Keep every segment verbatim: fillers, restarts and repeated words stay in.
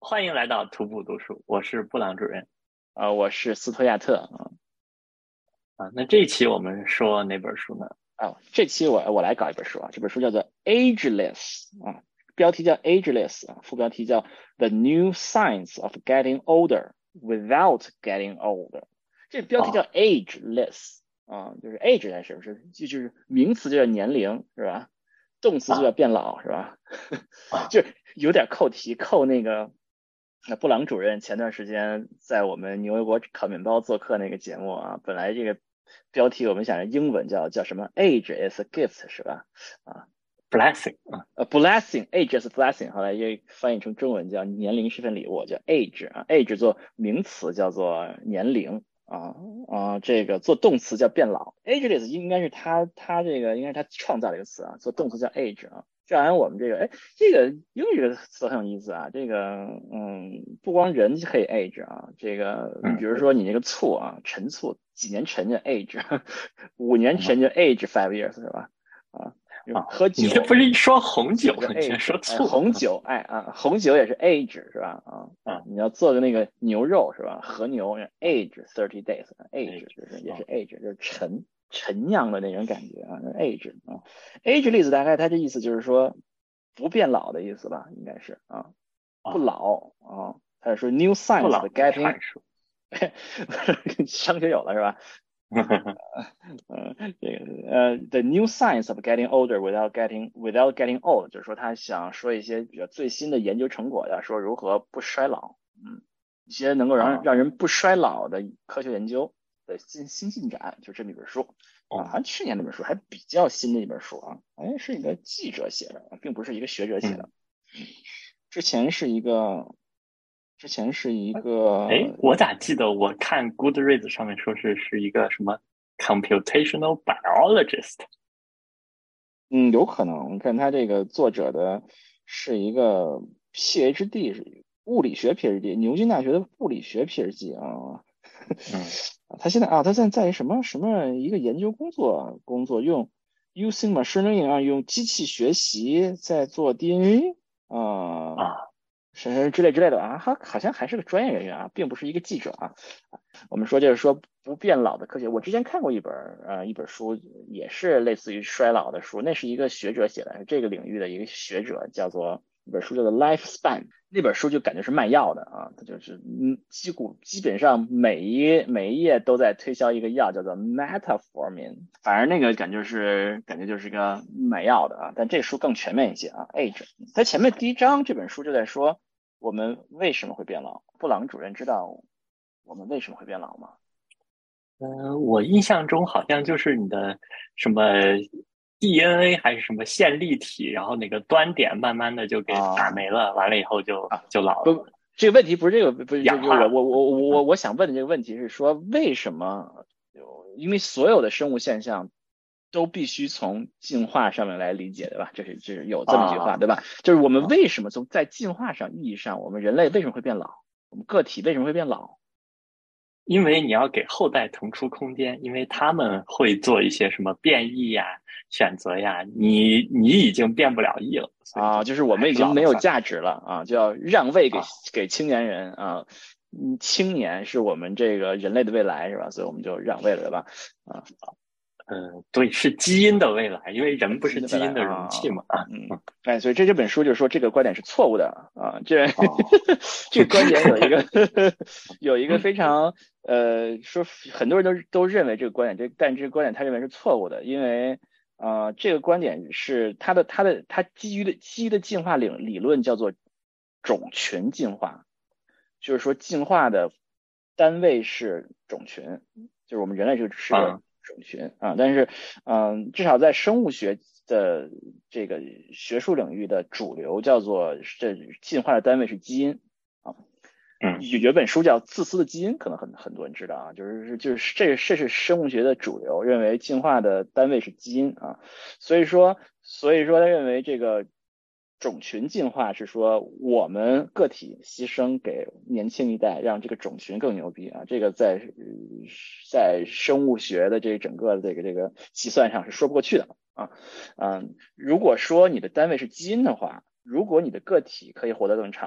欢迎来到徒步读书，我是布朗主任。 啊、我是斯托亚特啊。 啊。那这一期我们说哪本书呢？ 啊，这期我我来搞一本书啊，这本书叫做《Ageless》啊，标题叫《Ageless》啊，副标题叫《The New Science of Getting Older Without Getting Old》。这标题叫哦， Ageless 啊，就是 age 它是不是就就是名词就叫年龄是吧？动词就叫啊变老是吧？ 啊就有点扣题，扣那个那布朗主任前段时间在我们牛油果烤面包做客那个节目啊，本来这个标题我们想着英文叫叫什么 "Age is a gift" 是吧？啊， ，blessing 啊。 呃，blessing，age is a blessing，后来又翻译成中文叫年龄是份礼物，叫 age 啊，age 做名词叫做年龄啊啊，这个做动词叫变老，ageless 应该是他他这个应该是他创造的一个词啊，做动词叫 age 啊。就按我们这个，哎，这个英语这个词很有意思啊。这个，嗯，不光人可以 age 啊，这个，你比嗯如说你那个醋啊，陈醋，几年陈就 age，五年嗯陈就 age five years 是吧？啊， 啊， 喝你这不酒， 是说红酒， 酒叫你还 age，哎， 说醋？ 红酒，哎啊，红酒也是 age 是吧？啊， 啊你要做个那个牛肉是吧？和牛啊 age thirty days，age ，age 就是也是啊 age，就是陈陈酿的那种感觉啊，age 啊，age 例子大概它这意思就是说不变老的意思吧，应该是啊，不啊， 老啊，他是说 new 不 science of 老的 getting， 阐述。 商学有了是吧？呃，这个呃，the new science of getting older without getting without getting old，就是说他想说一些比较最新的研究成果呀，说如何不衰老，嗯，一些能够让啊让人不衰老的科学研究的新新进展，就这么一本书啊，好哦像去年那本书还比较新的一本书啊，好像是一个记者写的，并不是一个学者写嗯。 的，嗯，之前是一个之前是一哎， 个我咋记得我看 Goodreads 上面说是是一个什么 computational biologist。 嗯，有可能。你看他这个作者的是一个 PhD，是物理学 PhD，牛津大学的物理学 PhD 啊。 嗯他现在啊，他现在在什么什么一个研究工作工作，用 using machine learning 啊，用机器学习在做 D N A 啊， 啊什么之类之类的啊，他好像还是个专业人员啊，并不是一个记者啊。我们说就是说不变老的科学。我之前看过一本呃一本书，也是类似于衰老的书，那是一个学者写的，是这个领域的一个学者，叫做一本书叫做《Lifespan》。那本书就感觉是卖药的啊，它就是嗯，几乎基本上每一每一页都在推销一个药，叫做 Metformin。反正那个感觉是感觉就是个卖药的啊，但这书更全面一些啊。Age，它前面第一章这本书就在说我们为什么会变老。布朗主任知道我们为什么会变老吗？ 呃，我印象中好像就是你的什么 D N A 还是什么线粒体，然后那个端点慢慢的就给打啊没了，完了以后就啊， 就老了， 不，这个问题不是这个，不是就就我氧化了。 我我我我我想问的这个问题是说，为什么？因为所有的生物现象都必须从进化上面来理解，对吧？这是这是有这么一句话， 啊对吧？就是我们啊， 为什么从在进化上意义上，我们人类为什么会变老？我们个体为什么会变老？ 因为你要给后代腾出空间，因为他们会做一些什么变异呀、选择呀，你你已经变不了异了，所以啊， 就就是我们已还是经没有老了算了。 价值了啊，就要让位给啊。 给青年人啊。嗯，青年是我们这个人类的未来是吧？所以我们就让位了，对吧？啊， 嗯，对，是基因的未来，因为呃人不是基因的未来基因的容器啊， 嘛。啊。 嗯， 嗯。 哎，所以这这本书就说这个观点是错误的啊，这哦。 这个观点有一个有一个非常呃，说很多人都都认为这个观点，这但这个观点他认为是错误的，因为呃，这个观点是他的他的他基于的基于的进化理理论叫做种群进化，就是说进化的单位是种群，就是我们人类是是个嗯种群啊，但是嗯，至少在生物学的这个学术领域的主流叫做这进化的单位是基因啊。 嗯有有本书叫《自私的基因》，可能很很多人知道啊，就是就是这这是生物学的主流，认为进化的单位是基因啊，所以说所以说他认为这个种群进化是说我们个体牺牲给年轻一代，让这个种群更牛逼啊，这个在在生物学的这整个这个这个计算上是说不过去的啊。嗯，如果说你的单位是基因的话，如果你的个体可以活得更长。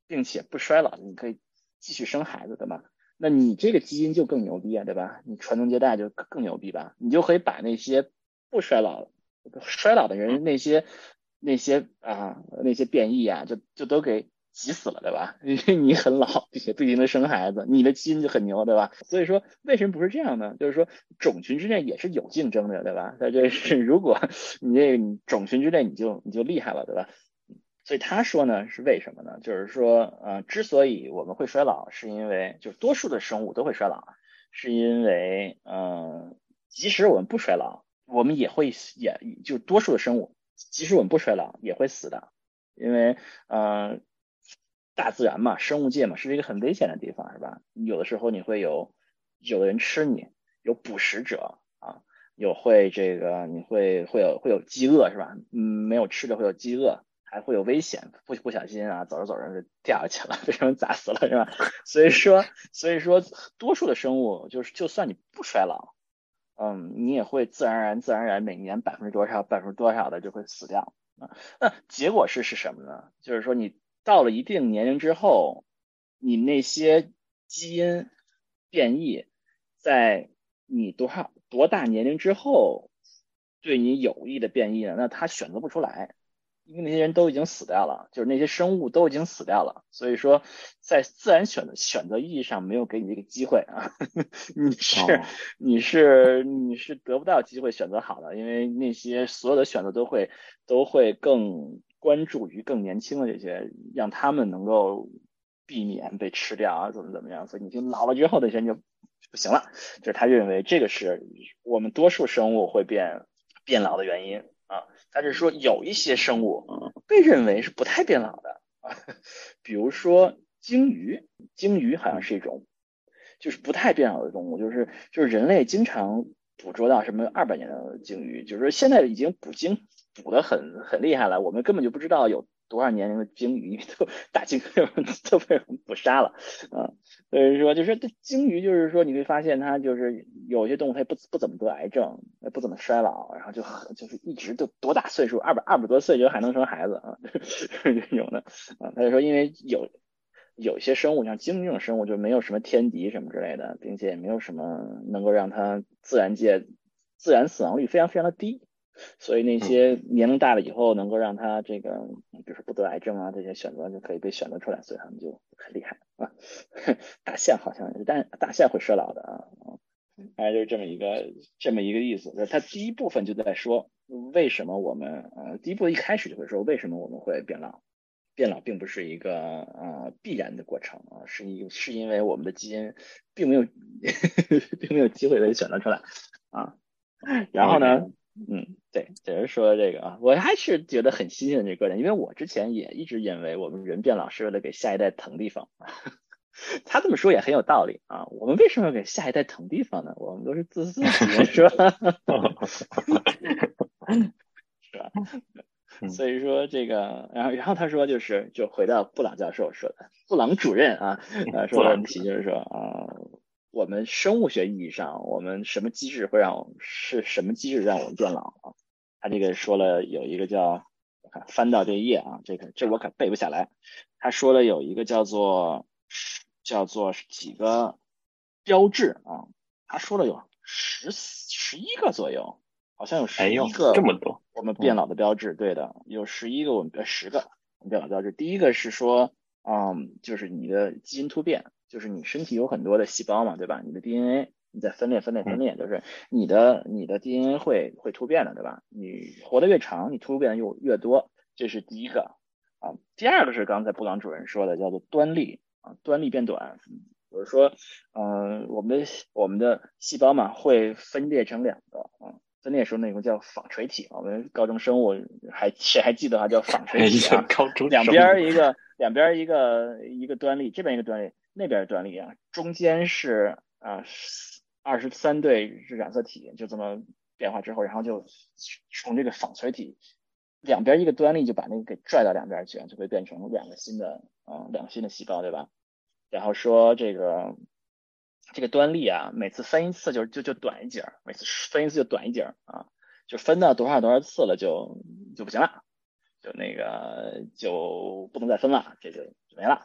并且不衰老，你可以继续生孩子，对吧？那你这个基因就更牛逼啊，对吧？你传宗接代就更更牛逼吧？你就可以把那些不衰老、衰老的人那些那些啊那些变异啊，就就都给挤死了，对吧？因为你很老，并且不一定能生孩子，你的基因就很牛，对吧？所以说，为什么不是这样呢？就是说，种群之内也是有竞争的，对吧？那这是如果你这个你种群之内你就你就厉害了，对吧？所以他说呢，是为什么呢？就是说，呃，之所以我们会衰老，是因为就是多数的生物都会衰老，是因为，呃，即使我们不衰老，我们也会也就多数的生物，即使我们不衰老也会死的，因为，呃，大自然嘛，生物界嘛，是一个很危险的地方，是吧？有的时候你会有有的人吃你，有捕食者啊，有会这个你会会有会有饥饿，是吧？嗯，没有吃的会有饥饿。还会有危险，不不小心啊，走着走着就掉下去了，被人砸死了，是吧？所以说，所以说，多数的生物就是，就算你不衰老，嗯，你也会自然而然、自然而然每年百分之多少、百分之多少的就会死掉啊。那结果是是什么呢？就是说，你到了一定年龄之后，你那些基因变异，在你多少多大年龄之后对你有益的变异呢？那它选择不出来。因为那些人都已经死掉了，就是那些生物都已经死掉了，所以说在自然选择选择意义上没有给你这个机会啊，你是哦， 你是你是得不到机会选择好的，因为那些所有的选择都会都会更关注于更年轻的这些，让他们能够避免被吃掉啊，怎么怎么样，所以你就老了之后的人就不行了，就是他认为这个是我们多数生物会变变老的原因。啊，他是说有一些生物被认为是不太变老的啊，比如说鲸鱼，鲸鱼好像是一种就是不太变老的动物，就是就是人类经常捕捉到什么二百年的鲸鱼，就是说现在已经捕鲸捕的很很厉害了，我们根本就不知道有多少年龄的鲸鱼，都大鲸都被人捕杀了啊。所以说，就是这鲸鱼，就是说你会发现它就是有些动物它不不怎么得癌症，不怎么衰老，然后就就是一直都多大岁数，二百二百多岁就还能生孩子啊，是这种的啊。他就说，因为有有一些生物，像鲸这种生物，就没有什么天敌什么之类的，并且也没有什么能够让它自然界自然死亡率非常非常的低。所以那嗯， 些年龄大了以后能够让他这个，比如说不得癌症啊，这些选择就可以被选择出来，所以他们就很厉害啊。大象好像是，但大象会衰老的啊，大概就是这么一个这么一个意思。就是它第一部分就在说为什么我们呃，第一部分一开始就会说为什么我们会变老。变老并不是一个呃必然的过程啊，是一是因为我们的基因并没有并没有机会被选择出来啊。然后 OK， 呢，嗯，对，只是说这个啊，我还是觉得很新鲜的这个观点，因为我之前也一直认为我们人变老是为了给下一代腾地方。他这么说也很有道理啊。我们为什么要给下一代腾地方呢？我们都是自私的企业，是吧？是吧？ 嗯， 所以说这个，然后然后他说就是就回到布朗教授说的，布朗主任啊，呃说布的问朗主任， 题就是说啊，我们生物学意义上，我们什么机制会让我是什么机制让我们变老啊？他这个说了有一个叫，我看翻到这一页啊，这个这我可背不下来。他说了有一个叫做叫做几个标志啊，他说了有十十一个左右，好像有十一哎呦，这个么多， 我们变嗯老的标志，对的，有十一个我们呃十个我们变老标志。第一个是说，嗯，就是你的基因突变，就是你身体有很多的细胞嘛，对吧？你的 D N A 你在分裂分裂分嗯裂，就是你的你的 D N A 会会突变的，对吧？你活得越长，你突变的又越多，这是第一个啊。第二个是刚才布朗主任说的，叫做端粒啊，端粒变短。比如说，嗯、呃，我们的我们的细胞嘛，会分裂成两个啊，分裂时候那个叫纺锤体，我们高中生物还谁还记得它叫纺锤一些体啊？ 高中两生物， 边一个两边一个一个端粒，这边一个端粒，那边端粒啊，中间是啊二十三对染色体，就这么变化之后，然后就从这个纺锤体两边一个端粒就把那个给拽到两边去，就会变成两个新的啊、呃两个新的细胞，对吧？然后说这个这个端粒啊，每次分一次就就就短一截儿，每次分一次就短一截儿啊，就分到多少多少次了就就不行了，就那个就不能再分了，这就就没了。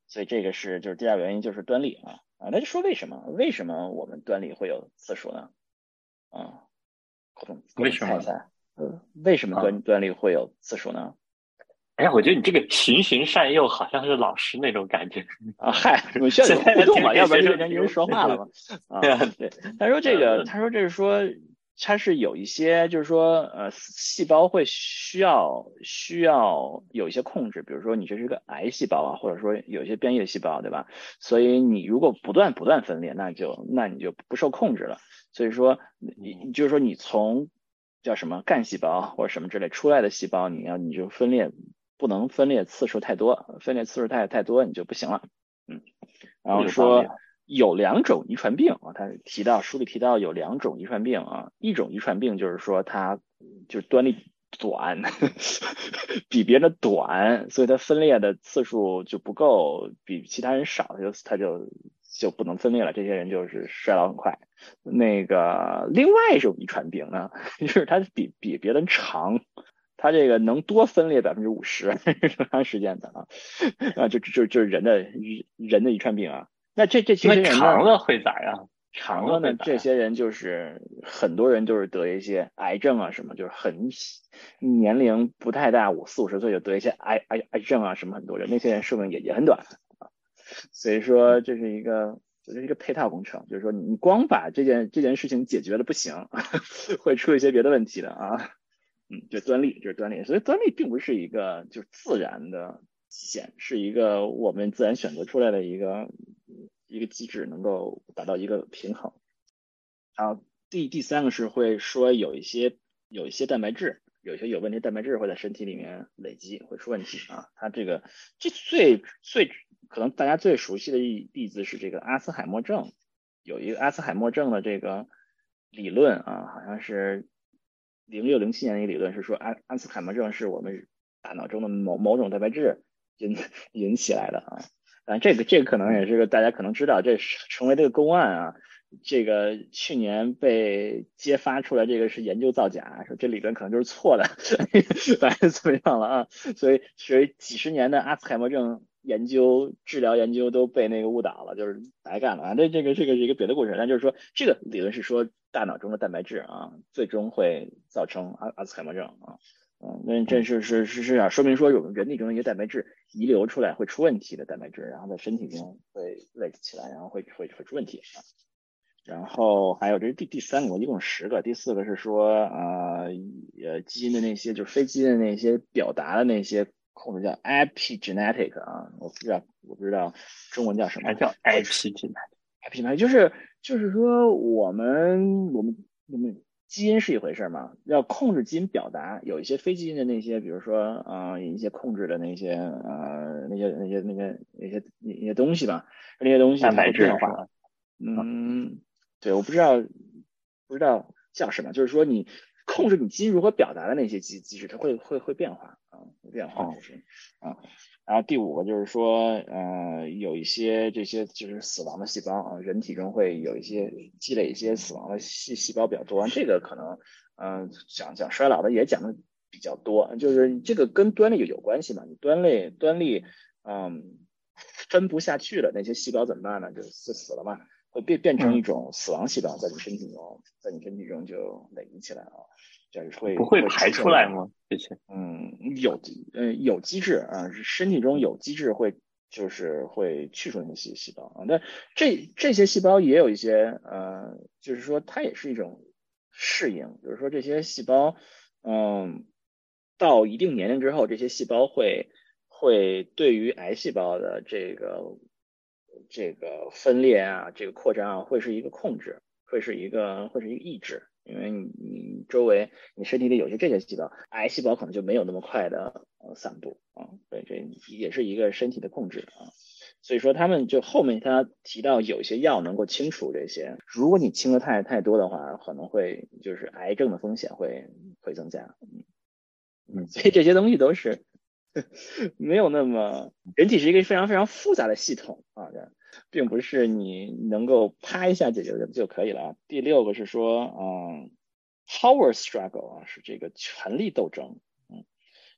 所以这个是就是第二个原因就是端粒啊啊，那就说为什么为什么我们端粒会有次数呢？啊，各种各种为什么？ 猜猜，呃，为什么啊， 端端粒会有次数呢？ 哎呀，我觉得你这个循循善诱，好像是老师那种感觉。 啊，嗨，我们需要有现在在互动嘛，要不然听给学就变成一人生提供，对对说话了嘛。啊， 对， 对，他说这个， 呃， 他说这是说，他是有一些，就是说，呃，细胞会需要需要有一些控制，比如说你这是个癌细胞啊，或者说有一些变异的细胞，对吧？所以你如果不断不断分裂，那就那你就不受控制了。所以说，你就是说你从叫什么干细胞或者什么之类出来的细胞，你要你就分裂不能分裂次数太多，分裂次数太太多你就不行了。嗯，然后说有道理啊。 有两种遗传病啊，他提到书里提到有两种遗传病啊，一种遗传病就是说它就是端粒短，比别人短，所以它分裂的次数就不够，比其他人少，它就它就就不能分裂了，这些人就是衰老很快。那个另外一种遗传病呢，就是它比比别人长。它这个能多分裂百分之五十，多长时间的啊？啊，就就就是人的人的遗传病啊。那这这这那些人呢， 长了会咋样？长了长了呢， 会咋样？ 这些人就是很多人都是得一些癌症啊什么，就是很年龄不太大，五四五十岁就得一些癌癌癌症啊什么，很多人那些人寿命也也很短啊。所以说这是一个。这是一个配套工程，就是说你光把这件这件事情解决了不行，会出一些别的问题的啊。嗯，就端粒，就是端粒，所以端粒并不是一个就是自然的显，是一个我们自然选择出来的一个一个机制，能够达到一个平衡。然后第第三个是会说有一些有一些蛋白质，有一些有问题的蛋白质会在身体里面累积，会出问题啊。它这个这最最可能大家最熟悉的一例子是这个阿兹海默症，有一个阿兹海默症的这个理论啊，好像是零六零七年的一个理论是说阿阿兹海默症是我们大脑中的某某种蛋白质引引起来的啊。啊，这个这个可能也是个大家可能知道，这是成为这个公案啊。这个去年被揭发出来，这个是研究造假，说这理论可能就是错的，反正怎么样了啊？所以，所以几十年的阿兹海默症研究、治疗研究都被那个误导了，就是白干了啊！这这个这个是一个别的故事，但就是说，这个理论是说大脑中的蛋白质啊，最终会造成阿阿兹海默症啊。嗯，那这是是是是啊，说明说我们人体中的一些蛋白质遗留出来会出问题的蛋白质，然后在身体中会累积起来，然后会会会出问题啊。然后还有这是第第三个，一共十个，第四个是说呃呃基因的那些就是非基因的那些表达的那些控制叫 epigenetic 啊，我不知道我不知道中文叫什么， 还叫会 I P T 呢？ epigenetic 就是就是说我们我们我们基因是一回事嘛，要控制基因表达，有一些非基因的那些，比如说啊、呃、一些控制的那些呃那些那些那些那些那些东西吧，那些东西它蛋白会变化。 质是吧？啊， 嗯，对，我不知道不知道叫什么，就是说你控制你基因如何表达的那些机机制，它会会会变化啊，会变化哦， 这些啊。然后第五个就是说，呃，有一些这些就是死亡的细胞啊，人体中会有一些积累一些死亡的细细胞比较多，这个可能嗯、呃讲讲衰老的也讲的比较多，就是这个跟端粒有有关系嘛，你端粒端粒嗯分不下去了，那些细胞怎么办呢？就死死了嘛。会变变成一嗯， 种死亡细胞，在你身体中，在你身体中就累积起来了，就是会会不会排出现一种， 出来吗？这些？ 嗯，有呃有机制啊，身体中有机制会就是会去除那些细胞啊。那这这些细胞也有一些呃，就是说它也是一种适应，就是说这些细胞，嗯，到一定年龄之后，这些细胞会会对于癌细胞的这个这个分裂啊，这个扩张啊，会是一个控制，会是一个会是一个抑制，因为你你周围你身体里有些这些细胞，癌细胞可能就没有那么快的呃散布啊，对，这也是一个身体的控制啊。所以说他们就后面他提到有一些药能够清除这些，如果你清的太太多的话，可能会就是癌症的风险会会增加。 嗯， 所以这些东西都是没有那么，人体是一个非常非常复杂的系统啊，并不是你能够啪一下解决就可以了。第六个是说，嗯，power struggle 啊，是这个权力斗争，嗯，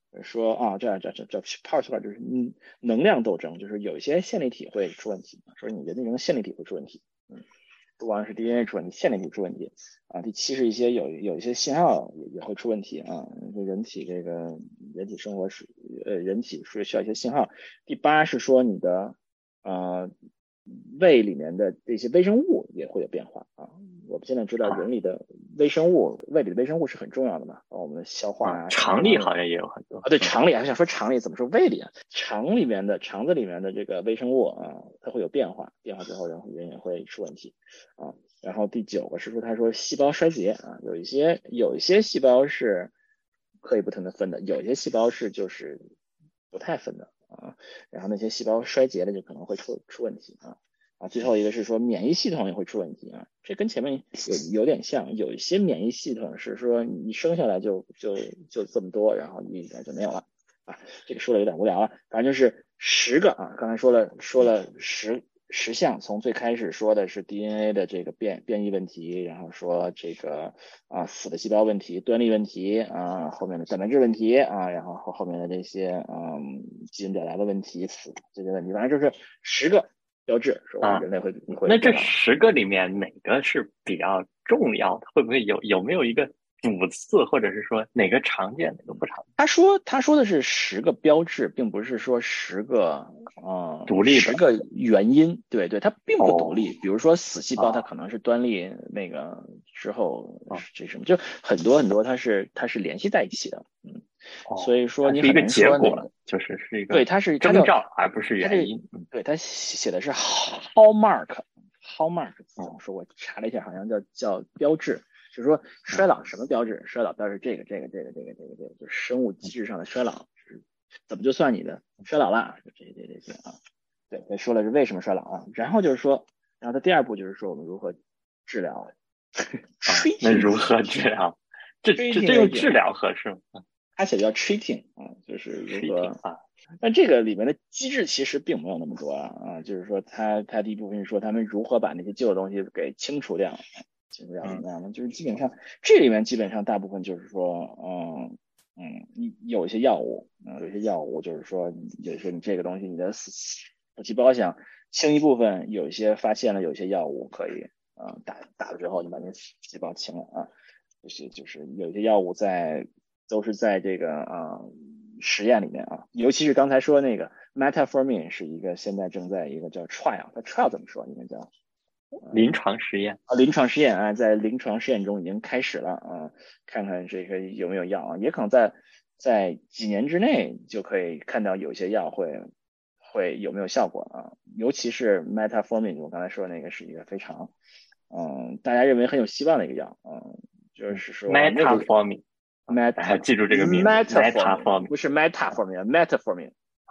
说啊，这样这这这 power supply 就是嗯能量斗争，就是有一些线粒体会出问题，说你的那种线粒体会出问题，嗯，不光是 D N A 出问题，线粒体出问题啊。第七是一些有有一些信号也也会出问题啊，就人体这个人体生活是呃人体是需要一些信号。第八是说你的呃胃里面的这些微生物也会有变化啊。我们现在知道人啊里的微生物，胃里的微生物是很重要的嘛，啊，我们的消化啊， 啊什么肠各方面。 里好像也有很多， 啊，对， 嗯， 肠里啊，我想说肠里怎么说胃里啊？肠里面的肠子里面的这个微生物啊，它会有变化，变化之后，然后人也会出问题啊。然后第九个是说，他说细胞衰竭啊，有一些有一些细胞是可以不停的分的，有一些细胞是就是不太分的啊。然后那些细胞衰竭了，就可能会出出问题啊。啊，最后一个是说免疫系统也会出问题啊，这跟前面有有点像，有一些免疫系统是说你生下来就就就这么多，然后一点就没有了啊，这个说的有点无聊了，反正就是十个啊，刚才说了说了十十项，从最开始说的是 D N A 的这个变变异问题，然后说这个啊死的细胞问题、端粒问题啊，后面的蛋白质问题啊，然后后后面的这些嗯基因表达的问题、死这些问题，反正就是十个。标志是我们啊， 人类会会那这变老。 十个里面哪个是比较重要的？会不会有有没有一个主次，或者是说哪个常见，哪个不常见？ 他说他说的是十个标志，并不是说十个呃独立的十个原因。对对，它并不独哦立。比如说死细胞，它啊可能是端粒那个之后啊这什么，就很多很多它是它是联系在一起的。嗯，所哦， 以说你很它是一个难说那结果， 个。 就是是一对， 个它是它叫征兆，而不是它这原因。嗯对它写的是 hallmark hallmark 怎么哦说？我查了一下，好像叫叫标志。就是说衰嗯老什么标志？衰老标志这个这个这个这个这个这个，就是生物机制上的衰老，是怎么就算你的衰老了？这这这这啊，对，他说了是为什么衰老啊？然后就是说，然后他第二步就是说我们如何治疗啊，那 treating 如何治疗？这这 treating 这用治 agent， 疗合适吗？啊他写的叫 treating 啊，就是如何。 ，treating 啊， 但这个里面的机制其实并没有那么多啊，啊，就是说他他第一部分是说他们如何把那些旧的东西给清除掉，清除掉怎嗯么样呢？就是基本上这里面基本上大部分就是说，嗯嗯，有一些药物，嗯，有一些药物就是说，就是说你这个东西你的死死细胞想清一部分，有一些发现了有一些药物可以，嗯，打打了之后你把那死细胞清了啊，就是就是有一些药物在都是在这个啊。实验里面啊，尤其是刚才说那个 metformin 是一个现在正在一个叫 trial，它 trial 怎么说？应该叫临床实验。 啊临床试验啊，在临床试验中已经开始了啊，看看这个有没有药啊，也可能在在几年之内就可以看到有些药会会有没有效果啊，尤其是 metformin，我刚才说的那个是一个非常嗯大家认为很有希望的一个药，嗯，就是说那个 metformin 啊，大家 meta 记住这个名字 metformin metformin 不是 metformin，metformin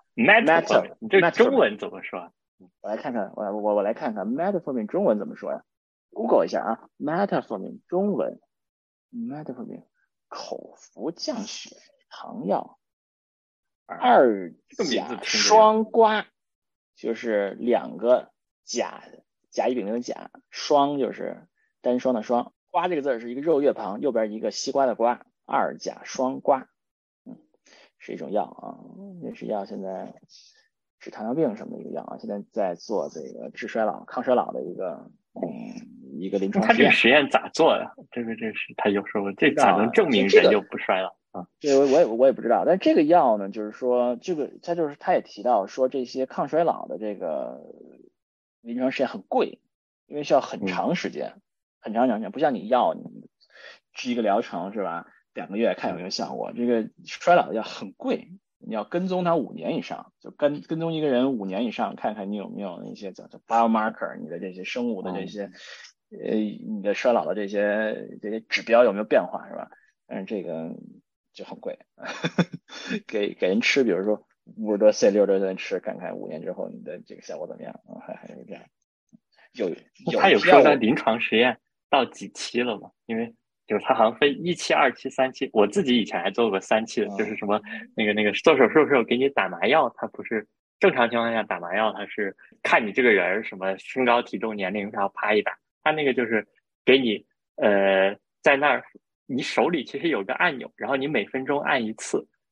meta metformin，你这中 metformin， 文怎么说？ 我来看看，我我我来看看 metformin 中文怎么说呀？Google 一下啊，metformin 中文 metformin 口服降血糖药二这个名字甲听着有双胍，就是两个甲甲乙丙丁的甲，双就是单双的双，瓜这个字是一个肉月旁，右边一个西瓜的瓜，二甲双胍，嗯，是一种药啊，也是药，现在治糖尿病什么的一个药啊，现在在做这个治衰老、抗衰老的一个嗯一个临那他这个床实验。 实验咋做的？这个这是他有时候这不知道啊， 咋能证这这个明人就不衰老啊？ 这我我也我也不知道，但这个药呢，就是说这个他就是他也提到说这些抗衰老的这个临床实验很贵，因为需要很嗯长时间，很长时间，不像你药你治一个疗程是吧？两个月看有没有效果，这个衰老的药很贵，你要跟踪他五年以上，就跟跟踪一个人五年以上，看看你有没有那些叫叫 biomarker，你的这些生物的这些呃你的衰老的这些这些指标有没有变化是吧？但是这个就很贵，给给人吃，比如说五十多岁、六十多岁人吃，看看五年之后你的这个效果怎么样啊？还还是这样。有有他有些药物说他临床实验到几期了吗？因为就是他好像分一期、二期、三期。我自己以前还做过三期的，就是啊， 什么那个那个做手术的时候给你打麻药，他不是正常情况下打麻药，他是看你这个人什么身高、体重、年龄，然后啪一打。他那个就是给你呃在那儿，你手里其实有个按钮，然后你每分钟按一次，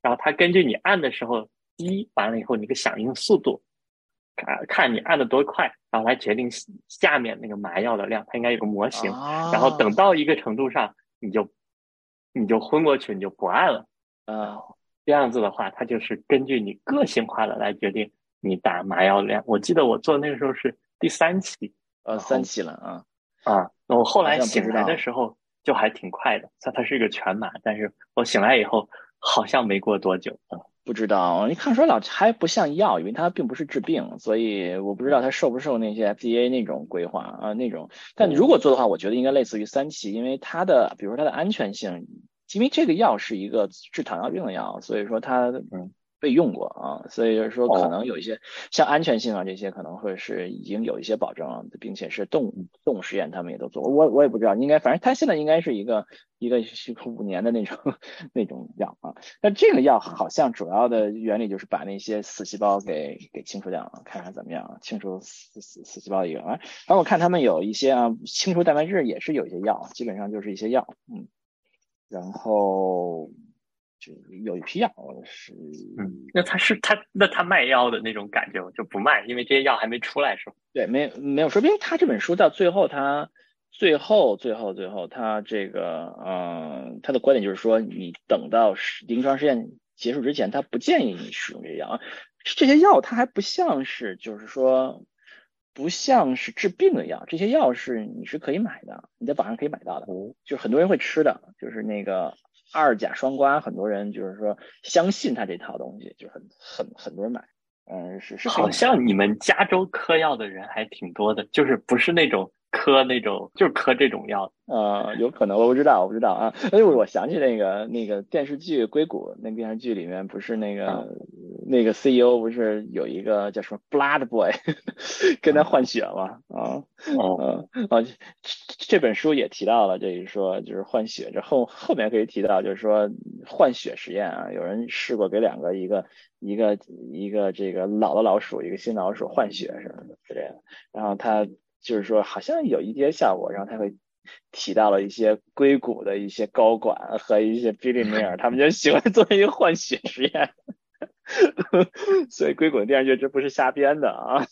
然后它根据你按的时候滴完了以后，你个响应速度，看看你按的多快，然后来决定下面那个麻药的量，它应该有个模型。然后等啊到一个程度上，你就你就昏过去，你就不按了。 啊这样子的话，它就是根据你个性化的来决定你打麻药量。我记得我做那个时候是第三期， 呃， 然后三期了啊， 啊，那我后好像不来醒来的知道。 时候就还挺快的，它它是一个全麻，但是我醒来以后好像没过多久啊。 不知道，你抗衰老还不像药，因为它并不是治病，所以我不知道它受不受那些 F D A 那种规划啊那种。但如果做的话，我觉得应该类似于三期，因为它的，比如说它的安全性，因为这个药是一个治糖尿病的药，所以说它嗯， 被用过啊，所以就是说可哦， 能有一些像安全性啊这些可能会是已经有一些保证了，并且是动物嗯动物实验他们也都做过，我我也不知道，应该反正它现在应该是一个一个五年的那种那种药啊。那这个药好像主要的原理就是把那些死细胞给给清除掉，看看怎么样，清除死死死细胞的一个。然后我看他们有一些啊，清除蛋白质也是有一些药，基本上就是一些药，嗯，然后就有一批药是， 嗯，那他是他那他卖药的那种感觉我就不卖，因为这些药还没出来是吧？ 对，没没有说，因为他这本书到最后他。最后，最后，最后，他这个，嗯，他的观点就是说，你等到临床试验结束之前，他不建议你使用这些药。这些药它还不像是，就是说，不像是治病的药，这些药是你是可以买的，你在网上可以买到的， 哦， 就是很多人会吃的，就是那个二甲双胍，很多人就是说相信他这套东西，就很很很多人买，嗯，是是可以好买的。 像你们加州嗑药的人还挺多的，就是不是那种嗑那种，就是嗑这种药。 呃，有可能，我不知道，我不知道啊。哎，我嗯我想起那个那个电视剧《硅谷》，那个电视剧里面不是那嗯个那个 C E O 不是有一个叫什么 Blood Boy 跟他嗯换血嘛？啊， 哦， 呃啊，这这本书也提到了，这一说就是换血，这后后面可以提到，就是说换血实验啊，有人试过给两个一个一个一个这个老的老鼠，一个新老鼠换血什么的之类的，然后他就是说好像有一些效果，然后他会提到了一些硅谷的一些高管和一些 billionaire，他们就喜欢做一些换血实验，所以硅谷的电视剧这不是瞎编的啊。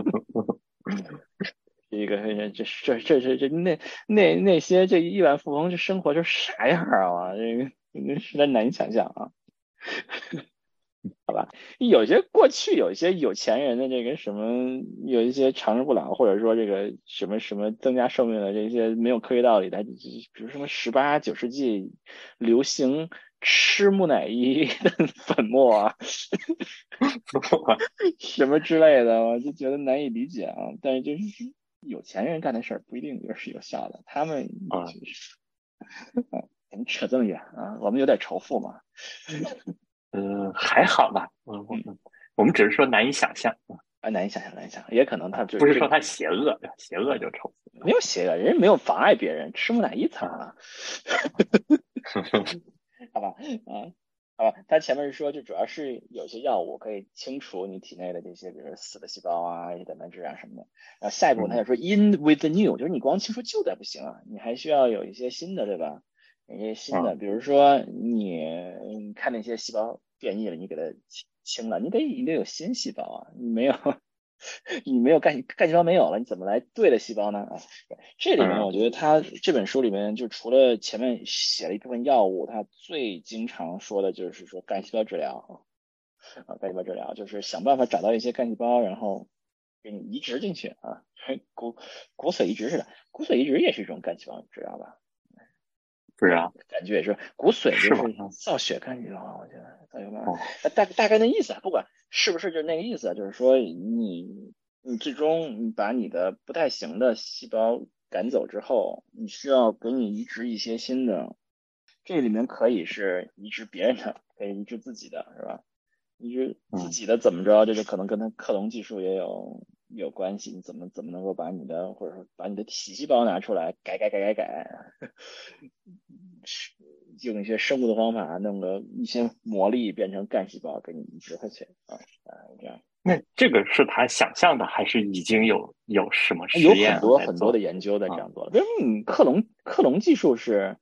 一个这这这这这那那那些这亿万富翁这生活是啥样啊？这个实在难以想象啊。有些过去有一些有钱人的这个什么，有一些长生不老，或者说这个什么什么增加寿命的这些没有科学道理的，比如什么十八九世纪流行吃木乃伊的粉末啊，什么之类的，我就觉得难以理解啊。但是就是有钱人干的事儿不一定就是有效的，他们啊， 就是啊，咱们扯这么远啊，我们有点仇富嘛。 呃，还好吧，嗯，我嗯们我们只是说难以想象啊，难以想象，难以想象，也可能他啊， 就这个不是说他邪恶，对吧？邪恶就丑没有邪恶，人家没有妨碍别人，吃木乃伊怎么啊。 了？好吧，啊，好吧，他前面是说，就主要是有些药物可以清除你体内的这些，比如死的细胞啊、一些蛋白质啊什么的。然后下一步他就嗯说 in with the new，就是你光清除旧的不行啊，你还需要有一些新的，对吧？有一些新的， 嗯， 比如说你你看那些细胞变异了，你给它清清了，你得你得有新细胞啊，你没有。你没有干干细胞没有了，你怎么来对的细胞呢？啊，这里面嗯， 我觉得他这本书里面就除了前面写了一部分药物，他最经常说的就是说干细胞治疗啊，干细胞治疗就是想办法找到一些干细胞，然后给你移植进去啊，骨骨髓移植似的，骨髓移植也是一种干细胞治疗吧？ 不知道感觉也是骨髓就是吗？ 是造血干细胞，我觉得造血干， 哦， 大大概那意思啊，不管是不是就是那个意思啊，就是说你你最终你把你的不太行的细胞赶走之后，你需要给你移植一些新的，这里面可以是移植别人的，可以移植自己的，是吧？移植自嗯， 己的怎么着，这就可能跟它克隆技术也有有关系。你怎么怎么能够把你的或者说把你的体细胞拿出来改改改改改，是用一些生物的方法弄个一些魔力变成干细胞给你移植回去啊啊这样。 那这个是他想象的，还是已经有有什么有实验很多很多的了在做？ 研究在这啊， 样做了，比如你克隆克隆技术是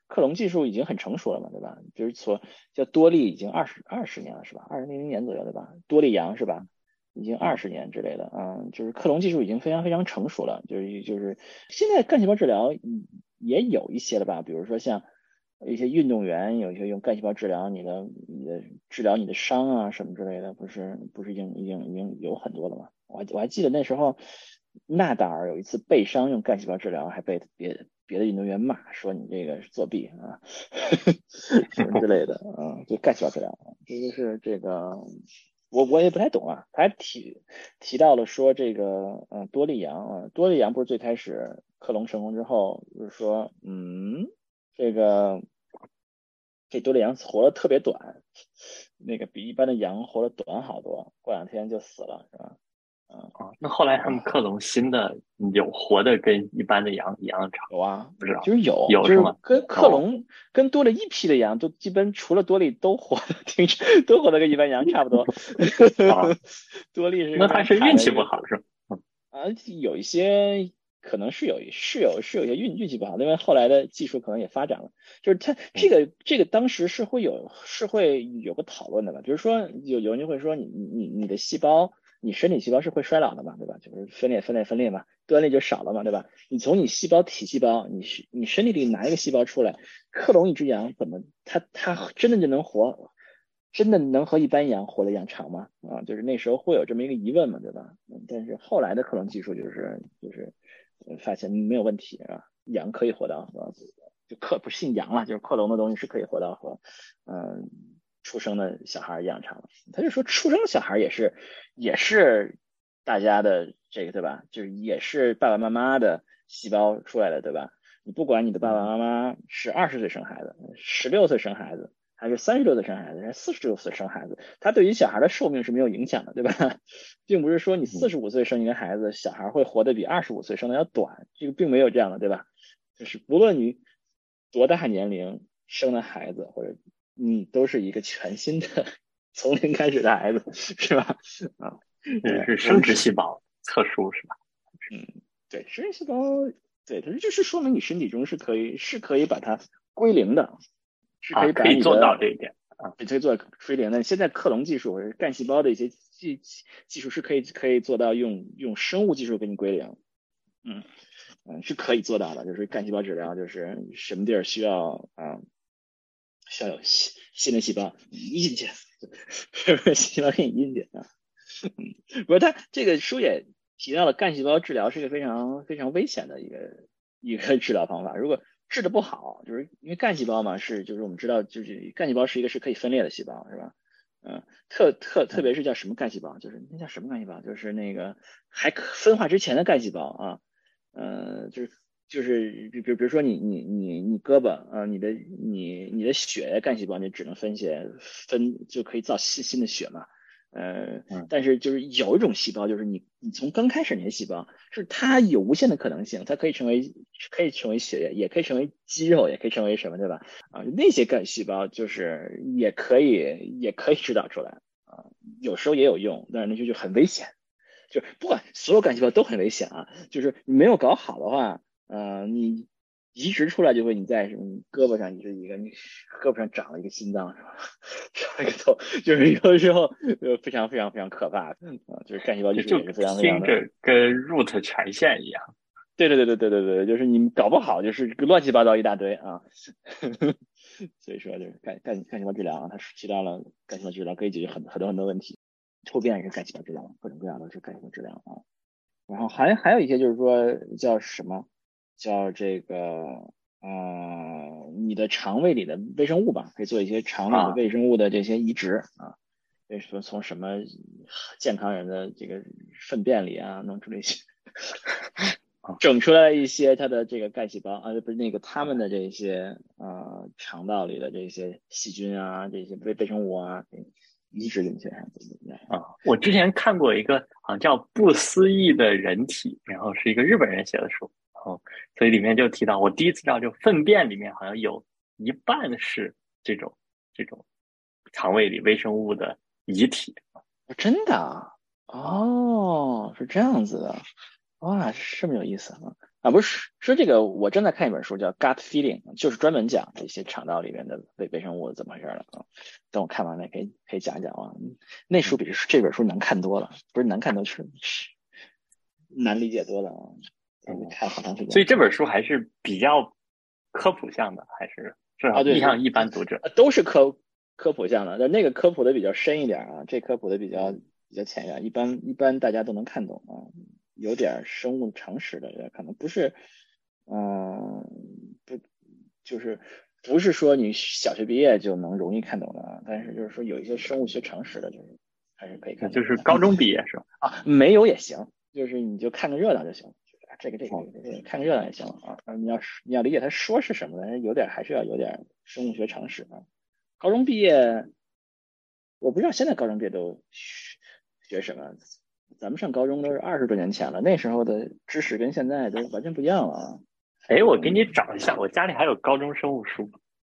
克隆技术已经很成熟了嘛，对吧？比如说叫多利已经二十二十年了，是吧？二零零零年左右，对吧？多利羊是吧？已经二十年之类的，嗯，就是克隆技术已经非常非常成熟了，就是就是现在干细胞治疗也有一些了吧，比如说像一些运动员有一些用干细胞治疗你的你的治疗你的伤啊什么之类的，不是不是已经已经已经有很多了吗？我还我还记得那时候纳达尔有一次背伤用干细胞治疗，还被别别的运动员骂说你这个是作弊啊什么之类的啊，就干细胞治疗，这就是这个。我我也不太懂啊，他还提提到了说这个，嗯，多利羊啊，多利羊不是最开始克隆成功之后，就是说，嗯，这个这多利羊活得特别短，那个比一般的羊活得短好多，过两天就死了，是吧？嗯， 啊，那后来他们克隆新的有活的跟一般的羊一样长， 有啊， 不知道就是有，就是有是吗？ 跟克哦， 隆跟多了一批的羊，都基本除了多利都活得挺都活得跟一般羊差不多。 啊， 多利是个那非常他是运惨的一个。 气不好是吧？嗯啊，有一些可能是有是有是有一些运运气不好，因为后来的技术可能也发展了，就是它这嗯个这个当时是会有是会有个讨论的吧，比如说有有人就会说你你你的细胞，你身体细胞是会衰老的嘛，对吧？就是分裂分裂分裂嘛，端粒就少了嘛，对吧？你从你细胞体细胞，你是你身体里拿一个细胞出来，克隆一只羊，怎么它它真的就能活？真的能和一般羊活得一样长吗？啊，就是那时候会有这么一个疑问嘛，对吧？嗯，但是后来的克隆技术就是就是呃发现没有问题啊，羊可以活到和就克不是姓羊了，就是克隆的东西是可以活到和嗯出生的小孩一样长。他就说出生的小孩也是也是大家的这个对吧？就是也是爸爸妈妈的细胞出来的对吧？你不管你的爸爸嗯妈妈是二十岁生孩子，十六岁生孩子。还是三十六岁生孩子，还是四十六岁生孩子，他对于小孩的寿命是没有影响的，对吧？并不是说你四嗯十五岁生一个孩子，小孩会活得比二十五岁生的要短，这个并没有这样的，对吧？就是不论你多大年龄生的孩子，或者你都是一个全新的从零开始的孩子，是吧？啊，呃， 是是生殖我们是， 细胞特殊是吧？ 嗯，对，生殖细胞，对，它就是说明你身体中是可以是可以把它归零的，是可啊， 以把可以做到你的这一点啊。 可以做归零的。现在克隆技术或者干细胞的一些技技术是可以可以做到用用生物技术给你归零，嗯嗯是可以做到的。就是干细胞治疗，就是什么地儿需要啊需要有新新的细胞你移进去，是不是细胞给你移进去啊？嗯，不是，他这个书也提到了干细胞治疗是一个非常非常危险的一个一个治疗方法。如果治的不好，就是因为干细胞嘛，是就是我们知道，就是干细胞是一个是可以分裂的细胞，是吧？嗯，特特特嗯别是叫什么干细胞，就是那叫什么干细胞，就是那个还可分化之前的干细胞啊，呃，就是就是比比比如说你你你你胳膊啊、呃，你的你你的血干细胞，你只能分血分就可以造新新的血嘛。呃， 嗯但是就是有一种细胞，就是你你从刚开始那些细胞，是它有无限的可能性，它可以成为可以成为血液，也可以成为肌肉，也可以成为什么，对吧？啊，那些干细胞就是也可以也可以制造出来啊，有时候也有用，但是那就就很危险。就不管所有干细胞都很危险啊，就是你没有搞好的话，呃，你移植出来就会你在什么你胳膊上你是一个你胳膊上长了一个心脏是吧？长了一个头，就是有时候呃非常非常非常可怕的啊，就是干细胞技就就术也是非常非常的。 听着跟 root 全线一样。 对对对对对对对，就是你搞不好就是乱七八糟一大堆啊。所以说就是干干干细胞治疗啊，它是提到了干细胞治疗可以解决很很多很多问题，突变也是干细胞治疗，各种各样的是干细胞治疗啊。然后还还有一些就是说叫什么，叫这个呃你的肠胃里的微生物吧，可以做一些肠里的啊， 微生物的这些移植啊，比如说从什么健康人的这个粪便里啊弄出这些。 啊整出来一些它的这个干细胞啊，不是那个他们啊的这些呃肠道里的这些细菌啊，这些微微生物啊，移植进去。 啊！我之前看过一个好像叫《不思议的人体》，然后是一个日本人写的书，然后所以里面就提到，我第一次知道，就粪便里面好像有一半是这种这种肠胃里微生物的遗体哦真的啊？ 啊。 哦，是这样子的，哇，这么有意思啊！ 啊，不是说这个，我正在看一本书叫《Gut Feeling》，就是专门讲这些肠道里面的微微生物怎么回事的啊。等我看完了可以可以讲讲啊。那书比这本书难看多了，不是难看多是是难理解多了啊。 嗯， 看好长时间。 所以这本书还是比较科普向的，还是至少面向一般读者。 啊，都是科科普向的，但那个科普的比较深一点啊，这科普的比较比较浅一点，一般一般大家都能看懂啊。有点生物常识的人可能不是，嗯、呃，不就是不是说你小学毕业就能容易看懂的啊，但是就是说有一些生物学常识的，就是还是可以看懂的。 就是高中毕业是吧？ 啊，没有也行，就是你就看个热闹就行。这个这个这个这个看个热闹也行啊。你要你要理解他说是什么的，有点还是要有点生物学常识啊。高中毕业，我不知道现在高中毕业都学学什么。咱们上高中都是二十多年前了，那时候的知识跟现在都完全不一样了啊。 哎，我给你找一下，我家里还有高中生物书。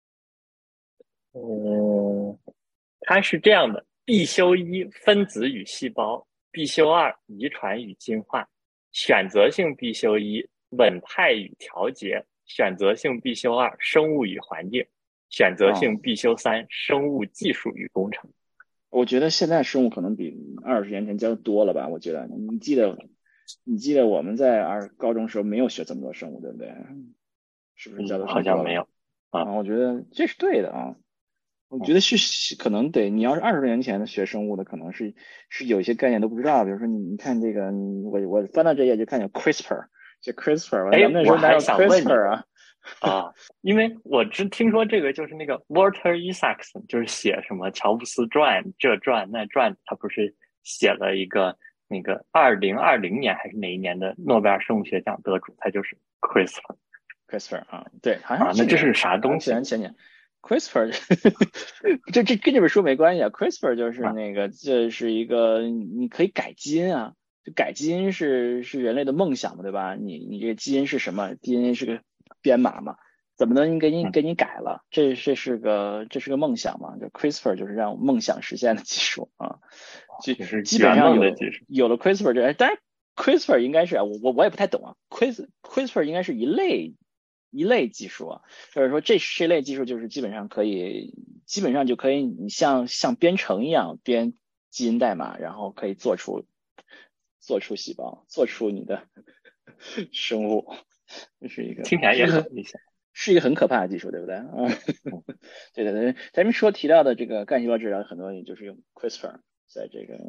嗯，它是这样的：必修一分子与细胞，必修二遗传与进化，选择性必修一稳态与调节，选择性必修二生物与环境，选择性必修三生物技术与工程。 我觉得现在生物可能比二十年前教的多了吧？我觉得你记得，你记得我们在二高中时候没有学这么多生物，对不对？是不是教的、 嗯、好像没有啊？啊，我觉得这是对的啊。我觉得是可能得，你要是二十多年前的学生物的，可能是是有一些概念都不知道。比如说你你看这个，我我翻到这页就看见 CRISPR， 这 CRISPR， 哎， 那时候哪有 CRISPR 啊？ 啊，因为我只听说这个就是那个 Walter Isaacson， 就是写什么乔布斯传这传那传，他不是写了一个那个二零二零年还是哪一年的诺贝尔生物学奖得主，他就是 CRISPR CRISPR 啊，对，好像啊，那这是啥东西？ 前年 CRISPR 这这跟这本书没关系啊。CRISPR 就是那个，这是一个你可以改基因啊，就改基因是是人类的梦想嘛，对吧？你你这个基因是什么 ？D N A 是个编码嘛，怎么能给你给你改了？这这是个这是个梦想嘛？就 CRISPR 就是让梦想实现的技术啊，就基本上有有了 CRISPR 这，当然 CRISPR 应该是我我我也不太懂啊，CRISPR CRISPR 应该是一类。一类技术啊，就是说这这类技术就是基本上可以，基本上就可以，你像像编程一样编基因代码，然后可以做出做出细胞，做出你的生物，这是一个听起来也很危险， 是一个很可怕的技术，对不对啊？对对对，咱们说提到的这个干细胞治疗，很多也就是用 CRISPR 在这个。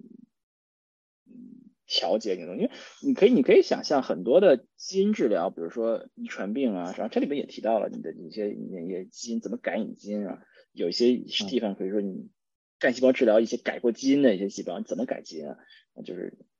调节这种，因为你可以，你可以想象很多的基因治疗，比如说遗传病啊，然后这里面也提到了你的一些一些基因怎么改你基因啊，有一些地方可以说你干细胞治疗一些改过基因的一些细胞，你怎么改基因啊？就是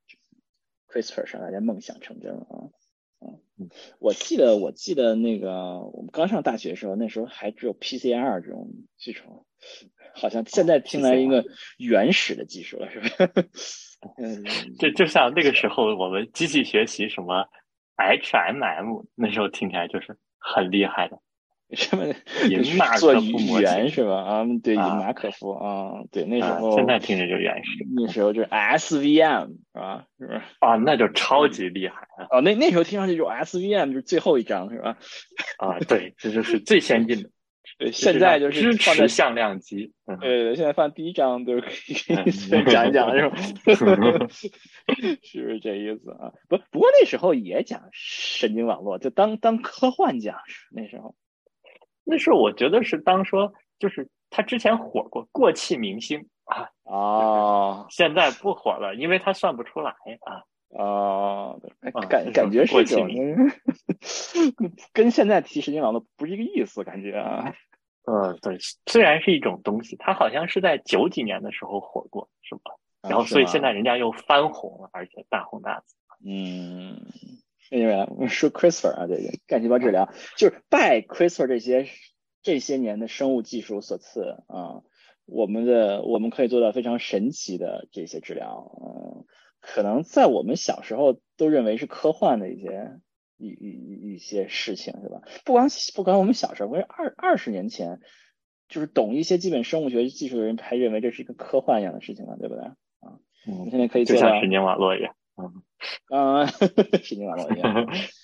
CRISPR 上大家梦想成真了啊啊！我记得我记得那个我们刚上大学的时候，那时候还只有 P C R 这种这种，好像现在听来一个原始的技术了，是吧？ 嗯，就就像那个时候我们机器学习什么 H M M， 那时候听起来就是很厉害的， 什么银马做可夫模型是吧？啊，对，银马可夫啊，对，那时候、 啊、现在听着就原始， 那时候就是 S V M 是吧？是吧？ 啊，那就超级厉害啊！ 哦，那那时候听上去就 S V M 就是最后一章是吧？ 啊，对，这就是最先进的。 对，现在就是支持向量级。 对对对，现在放第一章都是可以讲一讲是吧？是不是这意思啊？不，不过那时候也讲神经网络，就当当科幻讲那时候。 那时候我觉得是当说，就是他之前火过过气明星啊， 哦， 现在不火了，因为他算不出来啊。 哦，感感觉是这种，跟现在提神经网络不是一个意思，感觉啊。 呃，对，虽然是一种东西，它好像是在九几年的时候火过，是吧？然后，所以现在人家又翻红了，而且大红大紫。 嗯，因为说 CRISPR 啊，这个干细胞治疗，就是拜 CRISPR 这些这些年的生物技术所赐啊，我们的我们可以做到非常神奇的这些治疗，嗯，可能在我们小时候都认为是科幻的一些。一一一些事情是吧？不光不光我们小时候，因为二二十年前，就是懂一些基本生物学技术的人还认为这是一个科幻一样的事情呢，对不对？啊， 嗯， 现在可以就像神经网络一样， 嗯，啊，神经网络一样。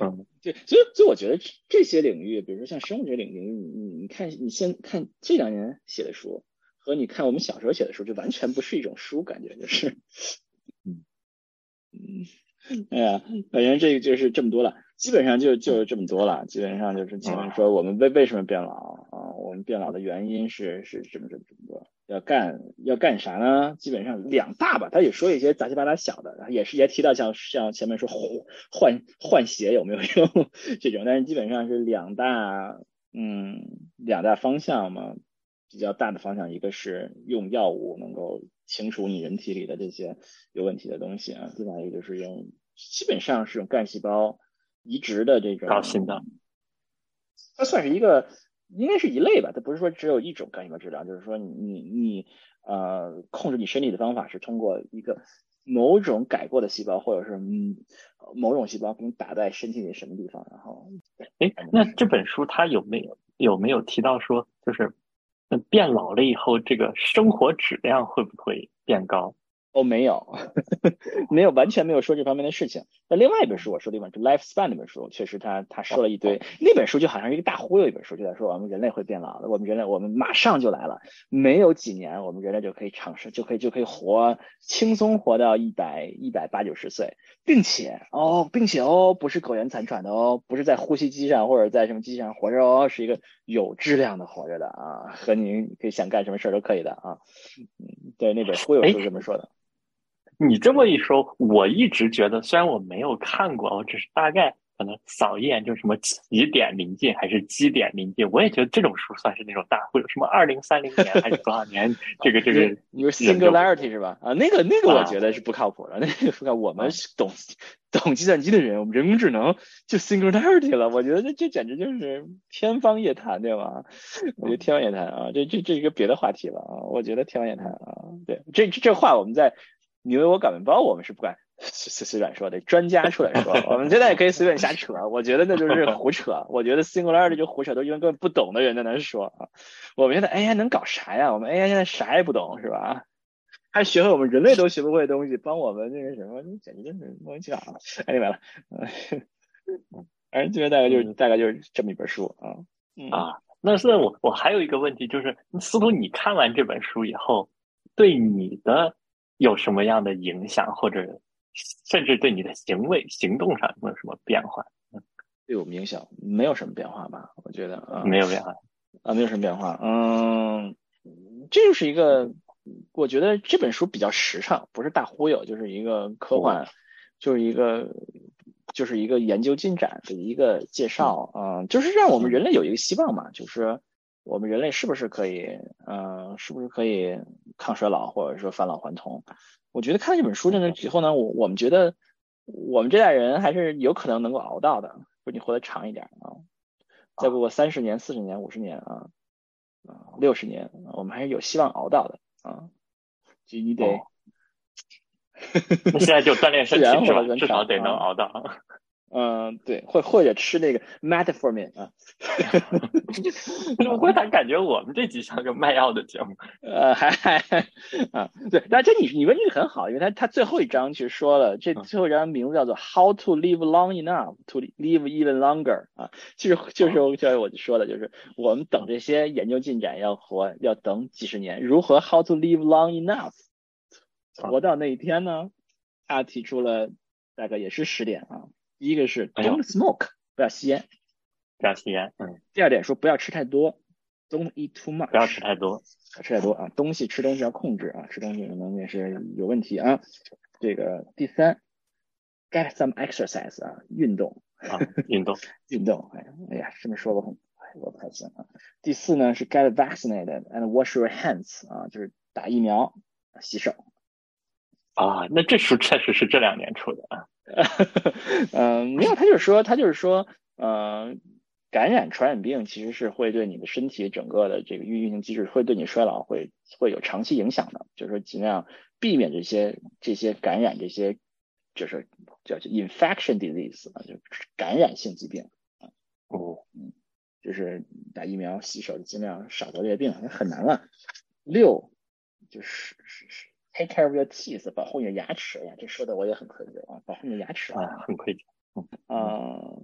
嗯， 对，所以所以我觉得这些领域，比如说像生物这领域，你你看你先看这两年写的书，和你看我们小时候写的书，就完全不是一种书，感觉就是， 嗯嗯，哎呀，反正这个就是这么多了，基本上就就嗯这么多了，基本上就是前面嗯说我们为为什么变老啊，我们变老的原因是是这么这么这么多，要干要干啥呢？基本上两大吧，他也说一些杂七八杂小的，然后也是也提到像像前面说换换鞋有没有用这种，但是基本上是两大嗯两大方向嘛，比较大的方向，一个是用药物能够清除你人体里的这些有问题的东西啊，另外一个就是用基本上是用干细胞移植的这高兴的， 种，它算是一个应该是一类吧，它不是说只有一种干细胞治疗，就是说你你呃控制你身体的方法是通过一个某种改过的细胞，或者是嗯某种细胞给你打在身体里什么地方，然后哎，那这本书它有没有有没有提到说，就是那变老了以后，这个生活质量会不会变高？ 哦，没有，没有，完全没有说这方面的事情。那另外一本书，我说的一本就 Lifespan 那本书，确实他他说了一堆。那本书就好像是一个大忽悠一本书，就在说我们人类会变老的，我们人类我们马上就来了，没有几年，我们人类就可以长寿，就可以就可以活轻松活到一百一百八九十岁，并且哦，并且哦，不是苟延残喘的哦，不是在呼吸机上或者在什么机器上活着哦，是一个有质量的活着的啊，和你可以想干什么事儿都可以的啊。嗯，对，那本忽悠哎， 书是这么说的。 你这么一说，我一直觉得，虽然我没有看过，我只是大概可能扫一眼，就什么起点临近还是基点临近，我也觉得这种书算是那种大忽悠，什么二零三零年还是多少年，这个这个你你说人就 singularity 是吧？啊，那个那个我啊觉得是不靠谱的。那个说我们啊懂懂计算机的人，我们人工智能就 singularity 了。我觉得这这简直就是天方夜谭，对吧？我觉得天方夜谭啊，这这这是一个别的话题了啊。我觉得天方夜谭啊，对，这这这话我们在你为我擀面包，我们是不敢随随便说的，专家出来说，我们现在也可以随便瞎扯。我觉得那就是胡扯。我觉得 singularity 就胡扯，都因为根本不懂的人在那说啊。我们现在 A I 能搞啥呀？我们 A I 现在啥也不懂，是吧？还学会我们人类都学不会的东西，帮我们那个什么，简直就是莫名其妙啊！哎，明白了，嗯，反正这边大概就是嗯大概就是这么一本书啊，嗯。 啊。那是我我还有一个问题，就是司徒，你看完这本书以后，对你的有什么样的影响，或者甚至对你的行为行动上有没有什么变化？ 对我们影响没有什么变化吧？我觉得啊没有变化。 啊，没有什么变化。嗯，这就是一个，我觉得这本书比较时尚，不是大忽悠，就是一个科哦， 幻，就是一个就是一个研究进展的一个介嗯绍。嗯，就是让我们人嗯类有一个希望嘛，就是我们人类是不是可以，嗯，是不是可以抗衰老，或者说返老还童？我觉得看了这本书嗯呢以后呢，我我们觉得我们这代人还是有可能能够熬到的，就你活得长一点啊，再啊过三十年、四十年、五十年啊啊六十年，我们还是有希望熬到的啊。就你得哦，那现在就锻炼自身体是吧？ 然活得更至少得能长啊。 熬到。 嗯，对，或或者吃那个 metformin 啊， 不过他感觉我们这集像个卖药的节目。 呃，还还啊，对，但这你你问这个很好，因为他他最后一章其实说了，这嗯最后一章名字叫做 How to live long enough to live even longer 啊，就是就是哦就是我说的，就是我们等嗯这些研究进展要活要等几十年，如何 How to live long enough 嗯， 活到那一天呢？他提出了大概也是十点啊，第一个是哎 Don't 呦， smoke 不要吸烟， 不要吸烟，嗯， 第二点说不要吃太多，Don't eat too 不要吃 much。 太多。 吃太多啊，东西吃东西要控制啊，吃东西可能也是有问题啊。这个第三，get some exercise 啊，运动， 啊，运动。 运动。哎呀，哎呀，这么说我很，哎，我不太行啊。第四呢是 get vaccinated and wash your hands 啊，就是打疫苗，洗手。 啊，那这书确实是这两年出的啊。 嗯，没有，他就是说，他就是说，呃，感染传染病其实是会对你的身体整个的这个运运行机制，会对你衰老会会有长期影响的，就是说尽量避免这些这些感染这些就是叫 infection disease 啊，就是感染性疾病啊， 哦， 嗯，就是打疫苗、洗手，尽量少得这些病，很难了。六就是是是 take care of your teeth，保护你的牙齿。哎呀，这说的我也很愧疚啊，保护你的牙齿啊， 啊。 很亏欠。嗯嗯啊，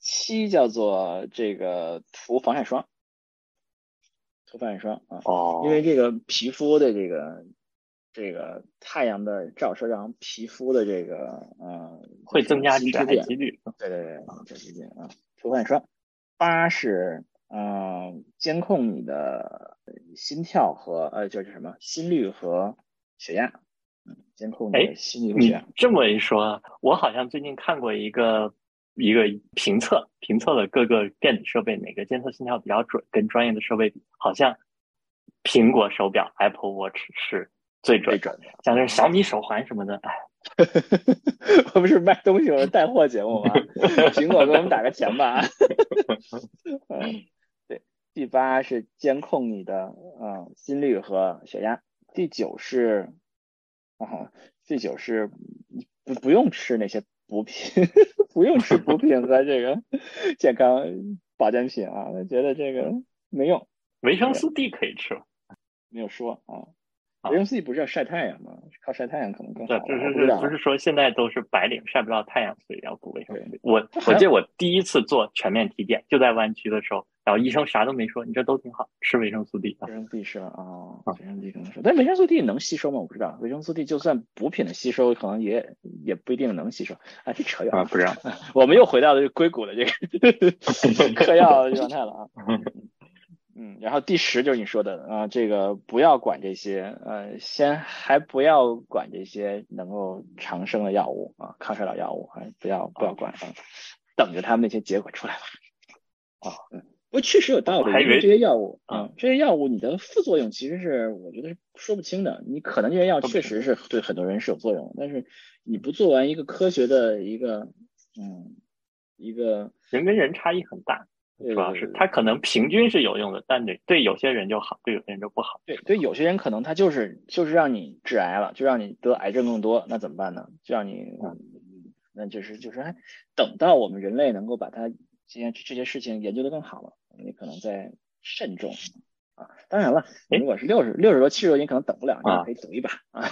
七叫做这个涂防晒霜，涂防晒霜啊， 哦， 因为这个皮肤的这个这个太阳的照射让皮肤的这个呃会增加致新突变， 癌几率。 对对对，这是件啊，涂防晒霜。八是嗯、呃监控你的心跳和呃就是什么心率和血压，嗯，监控你的哎， 心率和血压。 你这么一说，我好像最近看过一个一个评测，评测了各个电子设备哪个监测心跳比较准，跟专业的设备比，好像苹果手表 Apple Watch 是最准的， 最准的， 像是小米手环什么的，哎， 我们是卖东西，我们带货节目吗？苹果给我们打个钱吧。嗯，对，第八是监控你的嗯心率和血压，第九是啊，第九是不不用吃那些补品，不用吃补品和这个健康保健品啊，我觉得这个没用， 维生素 D 可以吃吗？ 没有说啊。维啊， 生素 D 不是要晒太阳吗？靠晒太阳可能更对， 好吧，我就是不知道。 是不是说现在都是白领晒不到太阳，所以要补维生素对， D。我它还有我记得我第一次做全面体检就在湾区的时候，然后医生啥都没说，你这都挺好，吃维生素 D 啊。 维生素 D 是吧？哦， 啊， 维生素 D 可能是，但维生素 D 能吸收吗？我不知道。维生素 D 就算补品的吸收，可能也也不一定能吸收。啊，这扯远了。 啊不知道。 我们又回到了这个硅谷的这个嗑药的状态了啊。嗯，然后第十就是你说的啊、呃这个不要管这些，呃，先还不要管这些能够长生的药物啊，抗衰老药物，还不要不要管啊，等着他们那些结果出来吧。 啊， 嗯，不过确实有道理， 我还以为因为这些药物， 啊， 嗯，这些药物你的副作用其实是我觉得是说不清的。你可能这些药说不清， 确实是对很多人是有作用，但是你不做完一个科学的一个，嗯，一个， 人跟人差异很大， 对对主要是对对它可能平均是有用的，但对对有些人就好，对有些人就不好。 对对，有些人可能他就是就是让你致癌了，就让你得癌症更多，那怎么办呢？就让你， 嗯， 那就是就是还等到我们人类能够把它这些这些事情研究的更好了，你可能再慎重。啊，当然了，你哎如果是六十六十多、七十多，你可能等不了，你也啊， 可以赌一把啊。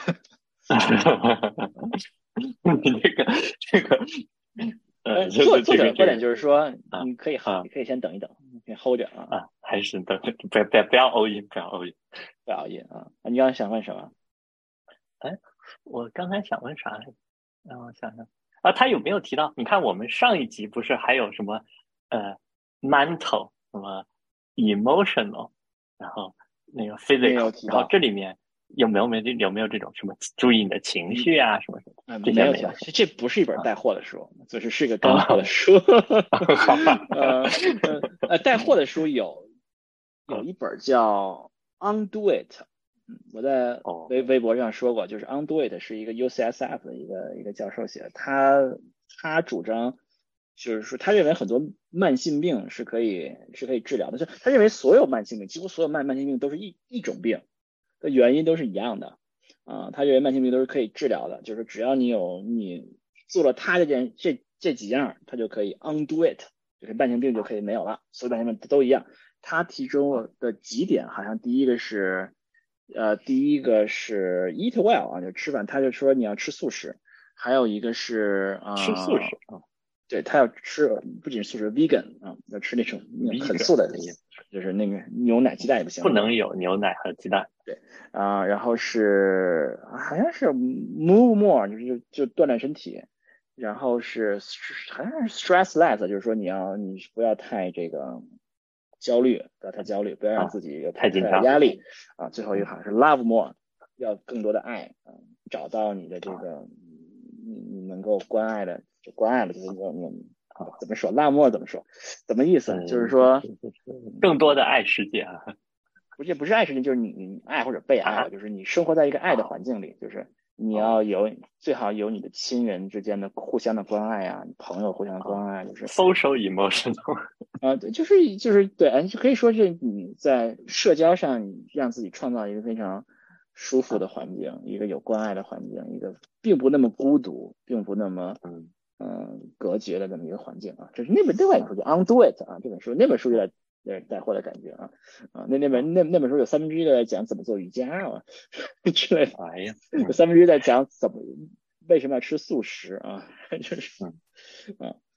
你这个这个呃， 呃， 就是作作这个这个者的观点就是说， 啊你可以啊你可以先等一等，你可以 hold 着啊， 啊，还是等不要不要不要 all in，不要 all in。 不要熬夜啊。你刚刚想问什么？ 哎，我刚才想问啥来着？让我想想啊，他有没有提到？你看我们上一集不是还有什么呃 mental 什么 emotional，然后那个没有 physical，然后提到， 这里面有没有没有有没有这种什么注意你的情绪啊什么什么嗯， 这些没有没有提到，这这不是一本啊带货的书，就是是个干货的啊， 书。 好吧， 呃呃呃，带货的书有有嗯一本叫《Undo It》，嗯，我在哦微微博上说过，就是《Undo It》是一个 U C S F 的一个一个教授写的，他他主张就是说，他认为很多慢性病是可以是可以治疗的，就他认为所有慢性病，几乎所有慢慢性病都是一一种病，的原因都是一样的。啊，他认为慢性病都是可以治疗的，就是只要你有你做了他这件这这几样，他就可以 undo it，就是慢性病就可以没有了，所有慢性病都一样。他提出的几点，好像第一个是，呃，第一个是 eat well 啊，就吃饭，他就说你要吃素食，还有一个是吃素啊、呃食啊对他要吃，不仅是素食 vegan 啊，要吃那种那种很素的， ，vegan 就是那个牛奶鸡蛋也不行不那种。 能有牛奶和鸡蛋。 对啊、然后是好像是 move more，就是就就锻炼身体，然后是好像是 stress less，就是说你要你不要太这个焦虑，不要太焦虑，不要让啊， 自己有太太太紧张。 大压力啊。最后一个嗯好像是 love more，要更多的爱啊，找到你的这啊个你你能够关爱的，就关爱了，就是你你啊怎么说 love more 怎么说？怎么意呃， 思？就是就说。 是就是更多的爱世界啊不是不是爱事情，就是你你爱或者被爱啊了，就是你生活在一个爱的啊环境里，就是你要哦有最好有你的亲人之间的互相的关爱啊，你朋友互相的关啊爱，就是 ，social emotional 啊，对，就是就是对，哎，就可以说是你在社交上，你让自己创造一个非常舒服啊， 的环境，一个有关爱的环境，一个并不那么孤独，并不那么嗯嗯隔绝的这么一个环境啊。这是那本另外一本啊书叫《Undo It》啊，这本书那本书有点有点带货的感觉啊啊，那那啊， 本那那本书有三分之一的在讲怎么做瑜伽啊之类的， 哎呀， 有嗯三分之一在讲怎么为什么要吃素食啊，就是嗯啊。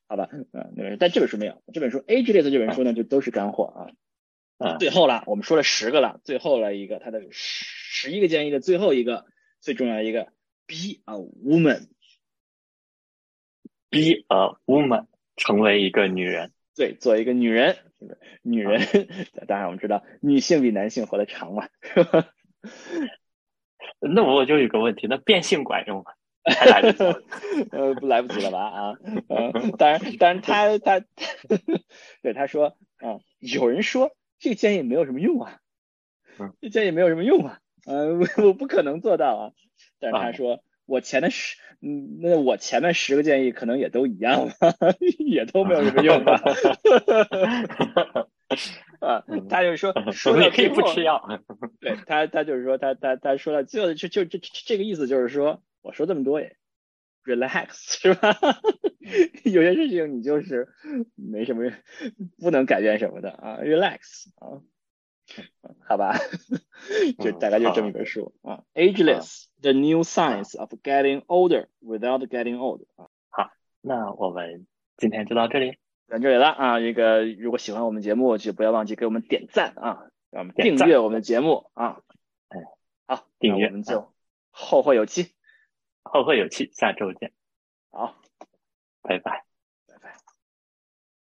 好吧，嗯，那但这本书没有，这本书 Ageless 这本书呢就都是干货啊。 嗯， 最后了，我们说了十个了，最后了一个，它的十十一个建议的最后一个最重要的一个 ，be a woman。 be a woman， 成为一个女人。 对，做一个女人，女人， 啊、 当然我们知道女性比男性活得长嘛，是吧？ 那我就有个问题，那变性管用吗？还来得及吗？ 呃，不来不及了吧？啊，呃，当然，当然他他，对他说啊，有人说这个建议没有什么用啊，这建议没有什么用啊，呃，我不可能做到啊。但是他说我前面十，嗯，那我前面十个建议可能也都一样吧，也都没有什么用吧。啊，他就是说说我们也可以到最后， 不吃药。 对他，他就是说他他他说到最后就就就这个意思就是说，我说这么多也 relax 是吧？有些事情你就是没什么不能改变什么的啊，relax 啊，好吧，就大概就是这么一本书啊，Ageless: The New Science of Getting Older Without Getting Old 啊。 好，那我们今天就到这里， 到这里了啊！这个如果喜欢我们节目，就不要忘记给我们点赞啊，让我们点赞， 订阅我们的节目啊。 嗯， 好， 订阅， 那我们就后会有期， 后会有期，下周见， 好。 拜拜。